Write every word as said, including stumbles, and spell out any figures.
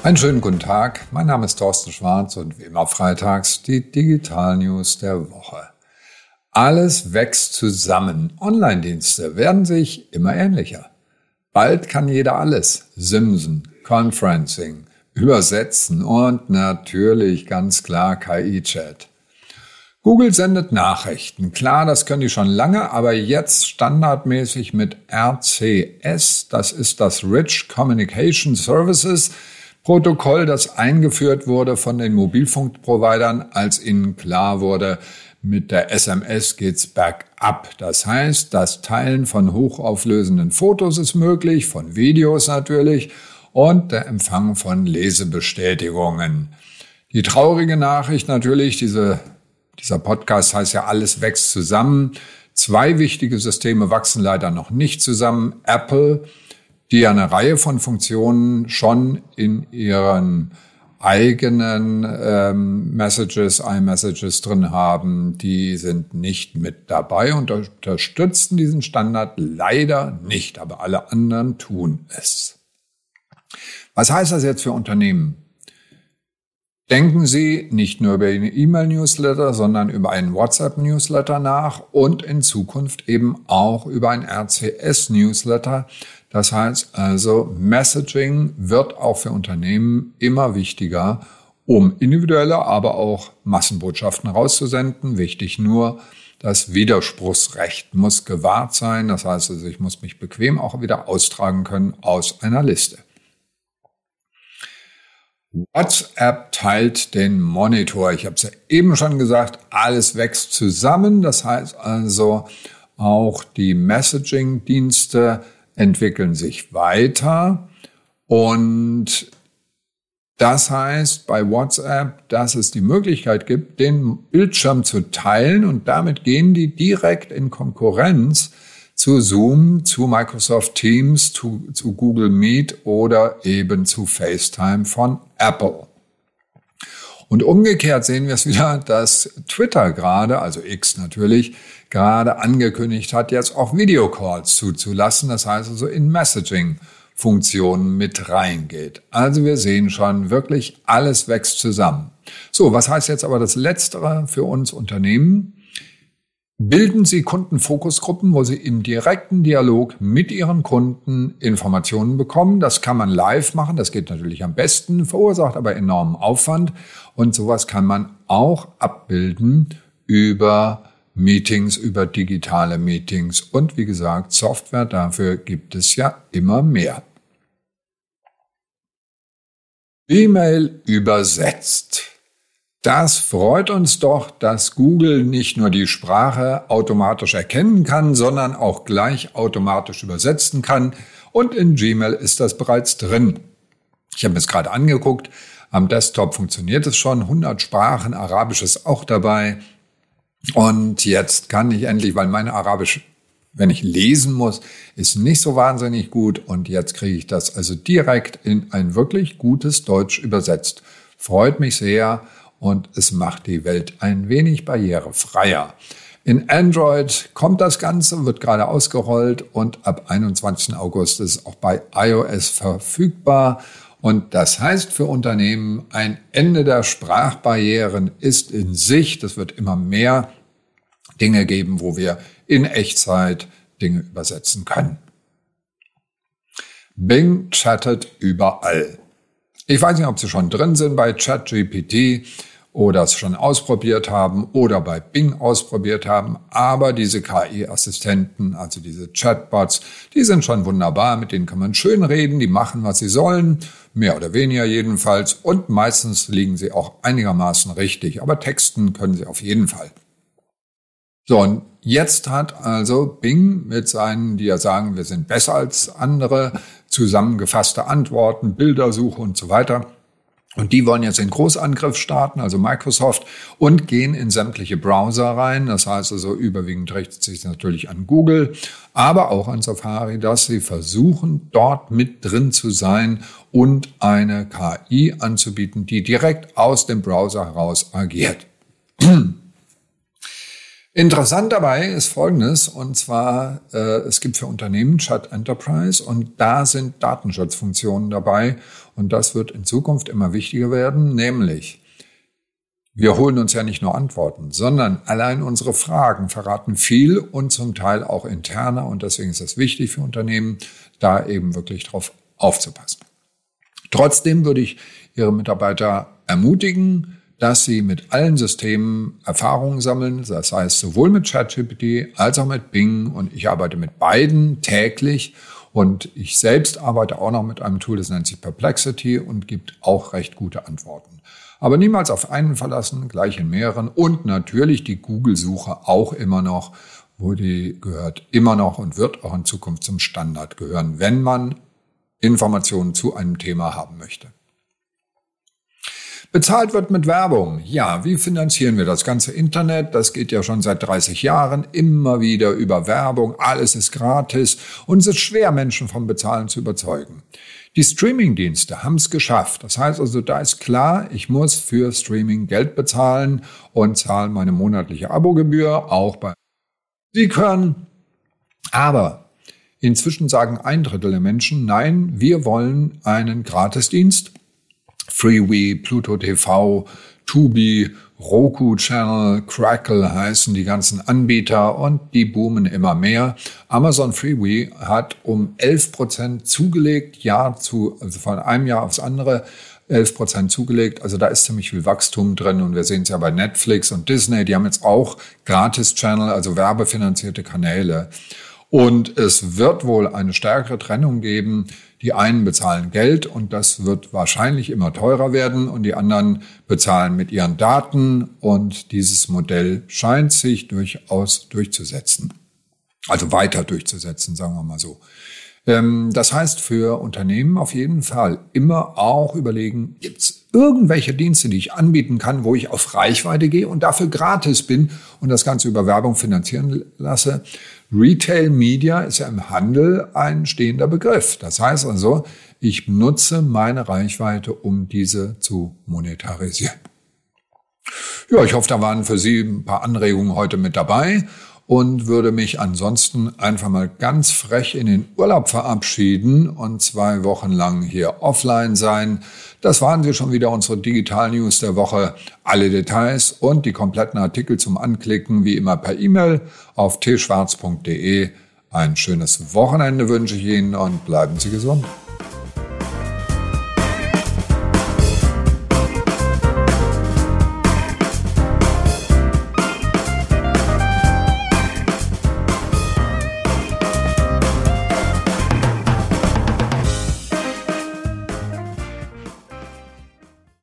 Einen schönen guten Tag, mein Name ist Thorsten Schwarz und wie immer freitags die Digital News der Woche. Alles wächst zusammen. Online-Dienste werden sich immer ähnlicher. Bald kann jeder alles. Simsen, Conferencing, Übersetzen und natürlich ganz klar K I-Chat. Google sendet Nachrichten. Klar, das können die schon lange, aber jetzt standardmäßig mit R C S. Das ist das Rich Communication Services Protokoll, das eingeführt wurde von den Mobilfunkprovidern, als ihnen klar wurde, mit der S M S geht's bergab. Das heißt, das Teilen von hochauflösenden Fotos ist möglich, von Videos natürlich und der Empfang von Lesebestätigungen. Die traurige Nachricht natürlich, diese, dieser Podcast heißt ja, alles wächst zusammen. Zwei wichtige Systeme wachsen leider noch nicht zusammen. Apple, die ja eine Reihe von Funktionen schon in ihren eigenen ähm, Messages, iMessages drin haben, die sind nicht mit dabei und unterstützen diesen Standard leider nicht, aber alle anderen tun es. Was heißt das jetzt für Unternehmen? Denken Sie nicht nur über einen E-Mail-Newsletter, sondern über einen WhatsApp-Newsletter nach und in Zukunft eben auch über einen R C S-Newsletter. Das heißt also, Messaging wird auch für Unternehmen immer wichtiger, um individuelle, aber auch Massenbotschaften rauszusenden. Wichtig nur, das Widerspruchsrecht muss gewahrt sein. Das heißt also, ich muss mich bequem auch wieder austragen können aus einer Liste. WhatsApp teilt den Monitor. Ich habe es ja eben schon gesagt, alles wächst zusammen. Das heißt also, auch die Messaging-Dienste entwickeln sich weiter. Und das heißt bei WhatsApp, dass es die Möglichkeit gibt, den Bildschirm zu teilen. Und damit gehen die direkt in Konkurrenz zu Zoom, zu Microsoft Teams, zu, zu Google Meet oder eben zu FaceTime von Apple. Und umgekehrt sehen wir es wieder, dass Twitter gerade, also X natürlich, gerade angekündigt hat, jetzt auch Videocalls zuzulassen. Das heißt also in Messaging-Funktionen mit reingeht. Also wir sehen schon, wirklich alles wächst zusammen. So, was heißt jetzt aber das Letztere für uns Unternehmen? Bilden Sie Kundenfokusgruppen, wo Sie im direkten Dialog mit Ihren Kunden Informationen bekommen. Das kann man live machen, das geht natürlich am besten, verursacht aber enormen Aufwand. Und sowas kann man auch abbilden über Meetings, über digitale Meetings. Und wie gesagt, Software dafür gibt es ja immer mehr. E-Mail übersetzt. Das freut uns doch, dass Google nicht nur die Sprache automatisch erkennen kann, sondern auch gleich automatisch übersetzen kann. Und in Gmail ist das bereits drin. Ich habe mir es gerade angeguckt. Am Desktop funktioniert es schon. hundert Sprachen, Arabisch ist auch dabei. Und jetzt kann ich endlich, weil meine Arabisch, wenn ich lesen muss, ist nicht so wahnsinnig gut. Und jetzt kriege ich das also direkt in ein wirklich gutes Deutsch übersetzt. Freut mich sehr. Und es macht die Welt ein wenig barrierefreier. In Android kommt das Ganze, wird gerade ausgerollt und ab einundzwanzigsten August ist es auch bei iOS verfügbar. Und das heißt für Unternehmen, ein Ende der Sprachbarrieren ist in Sicht. Es wird immer mehr Dinge geben, wo wir in Echtzeit Dinge übersetzen können. Bing chattet überall. Ich weiß nicht, ob Sie schon drin sind bei ChatGPT oder es schon ausprobiert haben oder bei Bing ausprobiert haben. Aber diese K I-Assistenten, also diese Chatbots, die sind schon wunderbar. Mit denen kann man schön reden, die machen, was sie sollen, mehr oder weniger jedenfalls. Und meistens liegen sie auch einigermaßen richtig. Aber texten können sie auf jeden Fall. So, und jetzt hat also Bing mit seinen, die ja sagen, wir sind besser als andere, zusammengefasste Antworten, Bildersuche und so weiter. Und die wollen jetzt den Großangriff starten, also Microsoft, und gehen in sämtliche Browser rein. Das heißt also, überwiegend richtet sich natürlich an Google, aber auch an Safari, dass sie versuchen, dort mit drin zu sein und eine K I anzubieten, die direkt aus dem Browser heraus agiert. Interessant dabei ist Folgendes, und zwar, äh, es gibt für Unternehmen Chat Enterprise und da sind Datenschutzfunktionen dabei und das wird in Zukunft immer wichtiger werden, nämlich wir holen uns ja nicht nur Antworten, sondern allein unsere Fragen verraten viel und zum Teil auch interner und deswegen ist es wichtig für Unternehmen, da eben wirklich drauf aufzupassen. Trotzdem würde ich Ihre Mitarbeiter ermutigen, dass sie mit allen Systemen Erfahrungen sammeln, das heißt sowohl mit ChatGPT als auch mit Bing und ich arbeite mit beiden täglich und ich selbst arbeite auch noch mit einem Tool, das nennt sich Perplexity und gibt auch recht gute Antworten. Aber niemals auf einen verlassen, gleich in mehreren und natürlich die Google-Suche auch immer noch, wo die gehört immer noch und wird auch in Zukunft zum Standard gehören, wenn man Informationen zu einem Thema haben möchte. Bezahlt wird mit Werbung. Ja, wie finanzieren wir das ganze Internet? Das geht ja schon seit dreißig Jahren immer wieder über Werbung. Alles ist gratis und es ist schwer, Menschen vom Bezahlen zu überzeugen. Die Streamingdienste haben es geschafft. Das heißt also, da ist klar, ich muss für Streaming Geld bezahlen und zahle meine monatliche Abogebühr, auch bei Musik hören. Aber inzwischen sagen ein Drittel der Menschen, nein, wir wollen einen Gratisdienst. Freewee, Pluto T V, Tubi, Roku Channel, Crackle heißen die ganzen Anbieter und die boomen immer mehr. Amazon Freewee hat um elf Prozent zugelegt, Jahr zu, also von einem Jahr aufs andere elf Prozent zugelegt. Also da ist ziemlich viel Wachstum drin und wir sehen es ja bei Netflix und Disney, die haben jetzt auch Gratis-Channel, also werbefinanzierte Kanäle. Und es wird wohl eine stärkere Trennung geben. Die einen bezahlen Geld und das wird wahrscheinlich immer teurer werden und die anderen bezahlen mit ihren Daten und dieses Modell scheint sich durchaus durchzusetzen. Also weiter durchzusetzen, sagen wir mal so. Das heißt für Unternehmen auf jeden Fall immer auch überlegen, gibt es irgendwelche Dienste, die ich anbieten kann, wo ich auf Reichweite gehe und dafür gratis bin und das Ganze über Werbung finanzieren lasse. Retail Media ist ja im Handel ein stehender Begriff. Das heißt also, ich nutze meine Reichweite, um diese zu monetarisieren. Ja, ich hoffe, da waren für Sie ein paar Anregungen heute mit dabei und würde mich ansonsten einfach mal ganz frech in den Urlaub verabschieden und zwei Wochen lang hier offline sein. Das waren sie schon wieder, unsere Digital News der Woche. Alle Details und die kompletten Artikel zum Anklicken wie immer per E-Mail auf t schwarz punkt de. Ein schönes Wochenende wünsche ich Ihnen und bleiben Sie gesund.